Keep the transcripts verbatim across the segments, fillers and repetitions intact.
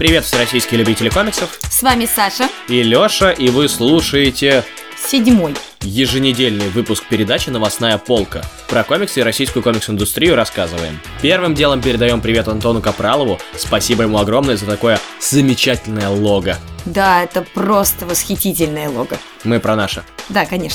Привет, всероссийские любители комиксов. С вами Саша И Лёша, и вы слушаете седьмой еженедельный выпуск передачи «Новостная полка». Про комиксы и российскую комикс-индустрию рассказываем. Первым делом передаем привет Антону Капралову. Спасибо ему огромное за такое замечательное лого. Да, это просто восхитительное лого. Мы про наше. Да, конечно.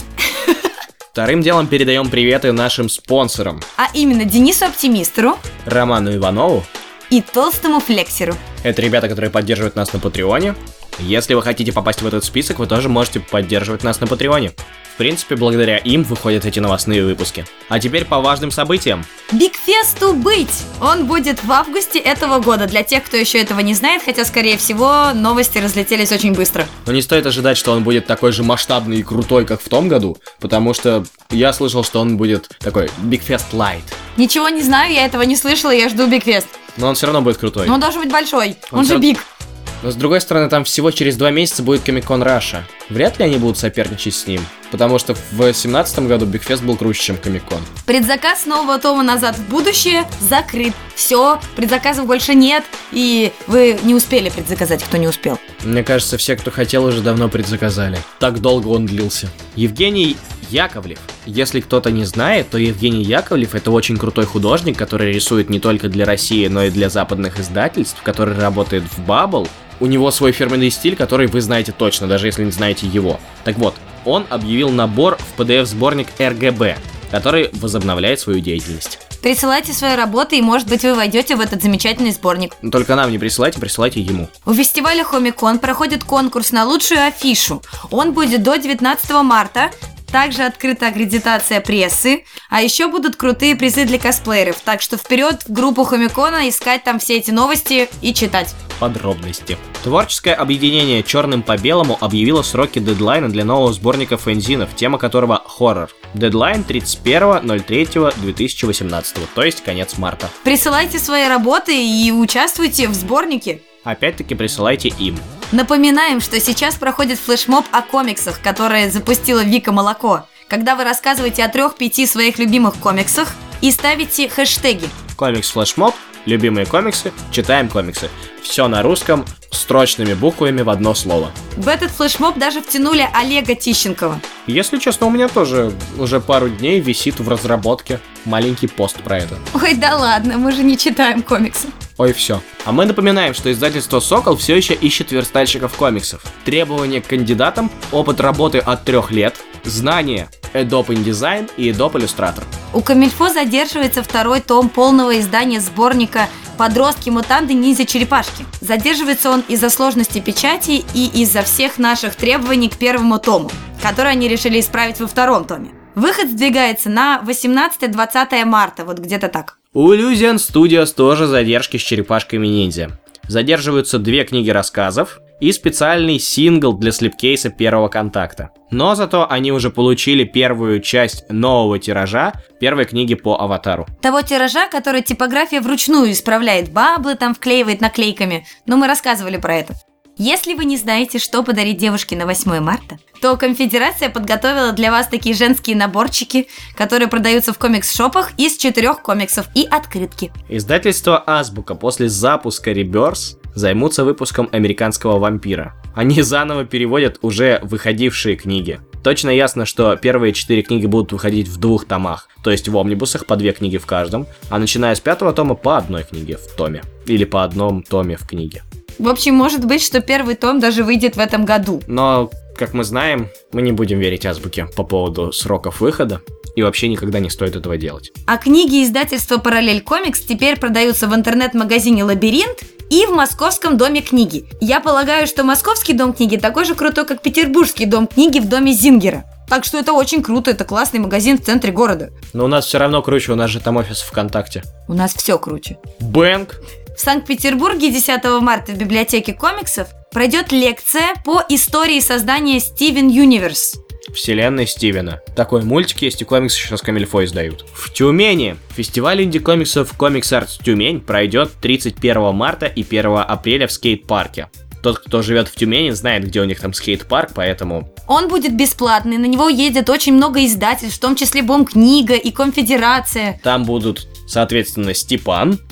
Вторым делом передаем приветы нашим спонсорам. А именно Денису Оптимистеру Роману Иванову и Толстому Флексеру. Это ребята, которые поддерживают нас на Патреоне. Если вы хотите попасть в этот список, вы тоже можете поддерживать нас на Патреоне. В принципе, благодаря им выходят эти новостные выпуски. А теперь по важным событиям. Бигфесту быть! Он будет в августе этого года. Для тех, кто еще этого не знает, хотя, скорее всего, новости разлетелись очень быстро. Но не стоит ожидать, что он будет такой же масштабный и крутой, как в том году, потому что я слышал, что он будет такой Бигфест Light. Ничего не знаю, я этого не слышала, я жду Бигфест. Но он все равно будет крутой. Но он должен быть большой, он, Он же всё- Биг. Но с другой стороны, там всего через два месяца будет Comic-Con Russia. Вряд ли они будут соперничать с ним, потому что в две тысячи семнадцатом году Бигфест был круче, чем Comic-Con. Предзаказ нового тома «Назад в будущее» закрыт. Все, предзаказов больше нет, и вы не успели предзаказать, кто не успел. Мне кажется, все, кто хотел, уже давно предзаказали. Так долго он длился. Евгений Яковлев. Если кто-то не знает, то Евгений Яковлев — это очень крутой художник, который рисует не только для России, но и для западных издательств, который работает в Bubble. У него свой фирменный стиль, который вы знаете точно, даже если не знаете его. Так вот, он объявил набор в пи ди эф-сборник эр гэ бэ, который возобновляет свою деятельность. Присылайте свои работы, и, может быть, вы войдете в этот замечательный сборник. Но только нам не присылайте, присылайте ему. У фестиваля Хомикон проходит конкурс на лучшую афишу. Он будет до девятнадцатого марта. Также открыта аккредитация прессы, а еще будут крутые призы для косплееров. Так что вперед в группу Хомикона, искать там все эти новости и читать. Подробности. Творческое объединение «Черным по белому» объявило сроки дедлайна для нового сборника фэнзинов, тема которого хоррор. Дедлайн тридцать первого ноль третьего две тысячи восемнадцатого, то есть конец марта. Присылайте свои работы и участвуйте в сборнике. Опять-таки присылайте им. Напоминаем, что сейчас проходит флешмоб о комиксах, который запустила Вика Молоко. Когда вы рассказываете о трех-пяти своих любимых комиксах и ставите хэштеги. Комикс-флешмоб, любимые комиксы, читаем комиксы. Все на русском, строчными буквами в одно слово. В этот флешмоб даже втянули Олега Тищенкова. Если честно, у меня тоже уже пару дней висит в разработке маленький пост про это. Ой, да ладно, мы же не читаем комиксы. Ой, все. А мы напоминаем, что издательство «Сокол» все еще ищет верстальщиков комиксов. Требования к кандидатам: опыт работы от трех лет, знания Adobe InDesign и Adobe Illustrator. У Комильфо задерживается второй том полного издания сборника «Подростки, мутанты, ниндзя-черепашки». Задерживается он из-за сложности печати и из-за всех наших требований к первому тому, которые они решили исправить во втором томе. Выход сдвигается на восемнадцатое-двадцатое марта, вот где-то так. У Illusion Studios тоже задержки с черепашками-ниндзя. Задерживаются две книги рассказов и специальный сингл для слипкейса первого контакта. Но зато они уже получили первую часть нового тиража первой книги по Аватару. Того тиража, который типография вручную исправляет, баблы там вклеивает наклейками, но мы рассказывали про это. Если вы не знаете, что подарить девушке на восьмое марта, то Конфедерация подготовила для вас такие женские наборчики, которые продаются в комикс-шопах из четырех комиксов и открытки. Издательство «Азбука» после запуска «Реберс» займутся выпуском «Американского вампира». Они заново переводят уже выходившие книги. Точно ясно, что первые четыре книги будут выходить в двух томах, то есть в омнибусах по две книги в каждом, а начиная с пятого тома по одной книге в томе, или по одном томе в книге. В общем, может быть, что первый том даже выйдет в этом году. Но, как мы знаем, мы не будем верить Азбуке по поводу сроков выхода, и вообще никогда не стоит этого делать. А книги издательства «Параллель Комикс» теперь продаются в интернет-магазине «Лабиринт» и в Московском доме книги. Я полагаю, что Московский дом книги такой же крутой, как Петербургский дом книги в доме Зингера. Так что это очень круто, это классный магазин в центре города. Но у нас все равно круче, у нас же там офис ВКонтакте. У нас все круче. Бэнк! В Санкт-Петербурге десятого марта в библиотеке комиксов пройдет лекция по истории создания Steven Universe. Вселенной Стивена. Такой мультик есть, и комиксы сейчас Комильфо издают. В Тюмени фестиваль инди-комиксов Comics Arts Тюмень пройдет тридцать первого марта и первого апреля в скейт-парке. Тот, кто живет в Тюмени, знает, где у них там скейт-парк, поэтому... Он будет бесплатный, на него едет очень много издательств, в том числе Бом-книга и Конфедерация. Там будут, соответственно, Степан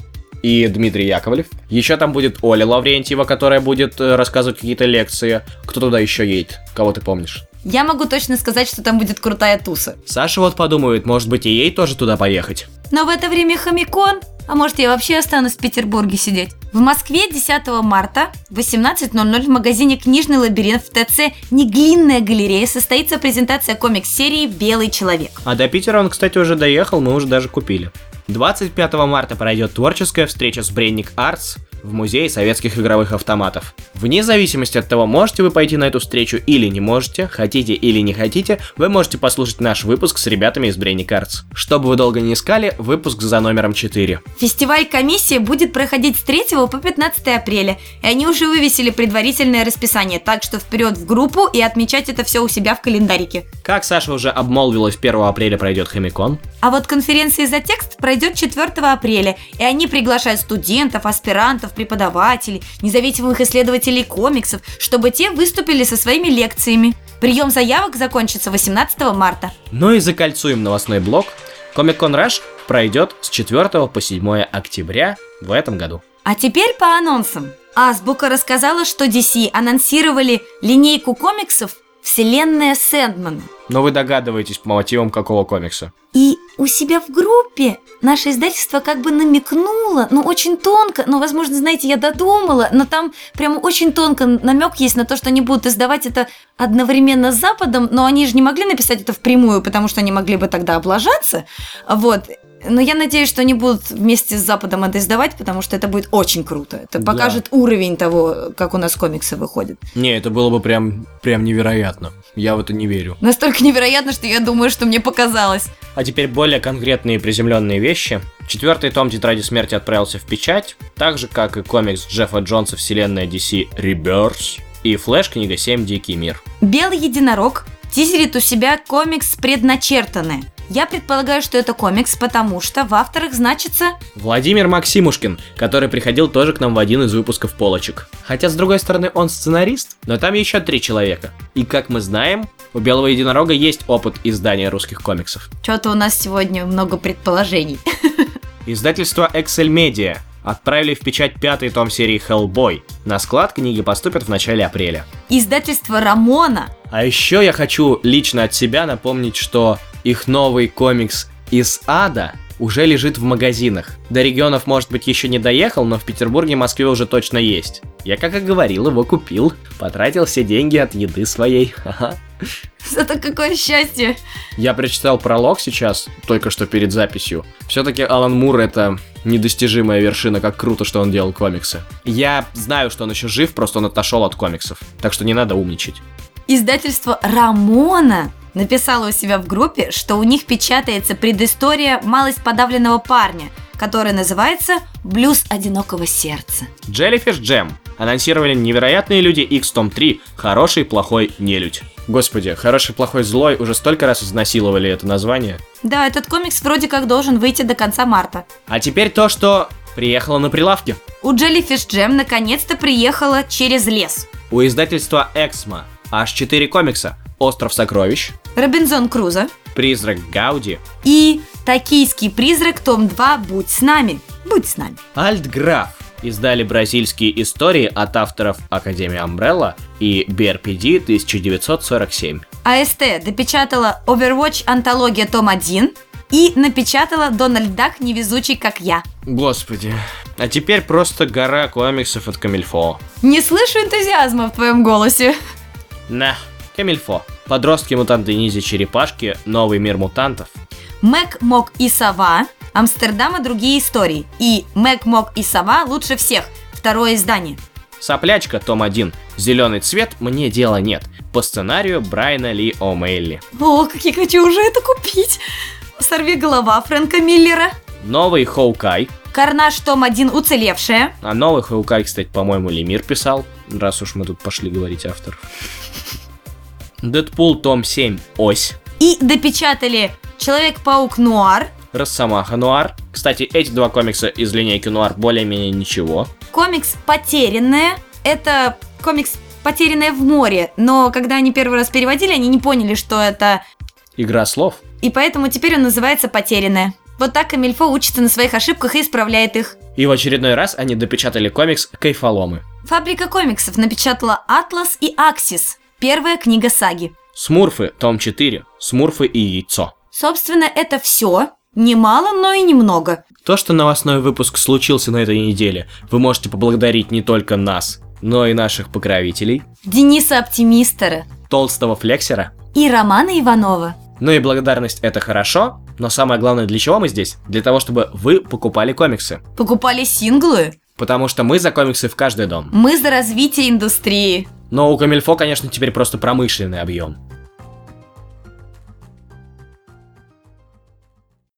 и Дмитрий Яковлев. Еще там будет Оля Лаврентьева, которая будет э, рассказывать какие-то лекции. Кто туда еще едет? Кого ты помнишь? Я могу точно сказать, что там будет крутая туса. Саша вот подумает, может быть и ей тоже туда поехать. Но в это время Хомикон, а может я вообще останусь в Петербурге сидеть. В Москве десятого марта в восемнадцать ноль ноль в магазине «Книжный лабиринт» в ТЦ «Неглинная галерея» состоится презентация комикс-серии «Белый человек». А до Питера он, кстати, уже доехал, мы уже даже купили. двадцать пятого марта пройдет творческая встреча с Бренник Артс в Музее советских игровых автоматов. Вне зависимости от того, можете вы пойти на эту встречу или не можете, хотите или не хотите, вы можете послушать наш выпуск с ребятами из Бренник Артс. Чтобы вы долго не искали, выпуск за номером четыре. Фестиваль «Комиссия» будет проходить с третьего по пятнадцатое апреля, и они уже вывесили предварительное расписание, так что вперед в группу и отмечать это все у себя в календарике. Как Саша уже обмолвилась, первого апреля пройдет Хомикон. А вот конференция «За текст» пройдет четвертого апреля, и они приглашают студентов, аспирантов, преподавателей, независимых исследователей комиксов, чтобы те выступили со своими лекциями. Прием заявок закончится восемнадцатого марта. Ну и закольцуем новостной блок. Комик-кон Rush пройдет с четвёртого по седьмое октября в этом году. А теперь по анонсам. Азбука рассказала, что ди си анонсировали линейку комиксов «Вселенная Сэндмана». Но вы догадываетесь по мотивам какого комикса. И у себя в группе наше издательство как бы намекнуло, ну очень тонко, ну возможно, знаете, я додумала, но там прямо очень тонко намек есть на то, что они будут издавать это одновременно с Западом, но они же не могли написать это впрямую, потому что они могли бы тогда облажаться, вот. Но я надеюсь, что они будут вместе с Западом это издавать, потому что это будет очень круто. Это Да. покажет уровень того, как у нас комиксы выходят. Не, это было бы прям, прям невероятно. Я в это не верю. Настолько невероятно, что я думаю, что мне показалось. А теперь более конкретные и приземленные вещи. Четвертый том «Тетради смерти» отправился в печать, так же, как и комикс Джеффа Джонса «Вселенная ди си Rebirth» и Флэш книга семь «Дикий мир». Белый единорог тизерит у себя комикс «Предначертанное». Я предполагаю, что это комикс, потому что в авторах значится... Владимир Максимушкин, который приходил тоже к нам в один из выпусков «Полочек». Хотя, с другой стороны, он сценарист, но там еще три человека. И, как мы знаем, у Белого единорога есть опыт издания русских комиксов. Что-то у нас сегодня много предположений. Издательство Excel Media отправили в печать пятый том серии Hellboy. На склад книги поступят в начале апреля. Издательство Рамона. А еще я хочу лично от себя напомнить, что их новый комикс «Из ада» уже лежит в магазинах. До регионов, может быть, еще не доехал, но в Петербурге и Москве уже точно есть. Я, как и говорил, его купил. Потратил все деньги от еды своей. Ха-ха. Это какое счастье. Я прочитал пролог сейчас, только что перед записью. Все-таки Алан Мур — это недостижимая вершина, как круто, что он делал комиксы. Я знаю, что он еще жив, просто он отошел от комиксов. Так что не надо умничать. Издательство Рамона написало у себя в группе, что у них печатается предыстория малость подавленного парня, которая называется «Блюз одинокого сердца». Jellyfish Jam анонсировали «Невероятные люди X том три. Хороший, плохой, нелюдь». Господи, «Хороший, плохой, злой» уже столько раз изнасиловали это название. Да, этот комикс вроде как должен выйти до конца марта. А теперь то, что приехало на прилавки. У Jellyfish Jam наконец-то приехала «Через лес». У издательства Эксмо аж четыре комикса: «Остров сокровищ», Робинзон Крузо «Призрак Гауди» и «Токийский призрак. Том два. Будь с нами». Будь с нами. Альтграф издали бразильские истории от авторов Академии Амбрелла и би ар пи ди тысяча девятьсот сорок семь. АСТ допечатала Overwatch антология том один и напечатала Дональд Дак невезучий, как я. Господи. А теперь просто гора комиксов от Комильфо. Не слышу энтузиазма в твоем голосе. На, Комильфо. Подростки-мутанты ниндзя-черепашки, новый мир мутантов. Мэг, Мог и Сова, Амстердам и другие истории. И Мэг, Мог и Сова лучше всех. Второе издание. Соплячка, том один. Зеленый цвет, мне дела нет. По сценарию Брайана Ли О'Мейли. О, как я хочу уже это купить. Сорви голова Фрэнка Миллера. Новый Хоукай. Карнаж, том один, уцелевшая. А новый Хоукай, кстати, по-моему, Лемир писал. Раз уж мы тут пошли говорить авторов. Дэдпул, том семь, Ось. И допечатали Человек-паук Нуар. Росомаха Нуар. Кстати, эти два комикса из линейки Нуар более-менее ничего. Комикс «Потерянная». Это комикс «Потерянная в море». Но когда они первый раз переводили, они не поняли, что это... Игра слов. И поэтому теперь он называется «Потерянная». Вот так Комильфо учится на своих ошибках и исправляет их. И в очередной раз они допечатали комикс «Кайфоломы». Фабрика комиксов напечатала «Атлас» и «Аксис», первая книга саги. Смурфы, том четыре, Смурфы и яйцо. Собственно, это все. Немало, но и немного. То, что новостной выпуск случился на этой неделе, вы можете поблагодарить не только нас, но и наших покровителей. Дениса Оптимистера. Толстого Флексера. И Романа Иванова. Ну и благодарность — это хорошо, но самое главное, для чего мы здесь? Для того, чтобы вы покупали комиксы. Покупали синглы. Потому что мы за комиксы в каждый дом. Мы за развитие индустрии. Но у Комильфо, конечно, теперь просто промышленный объем.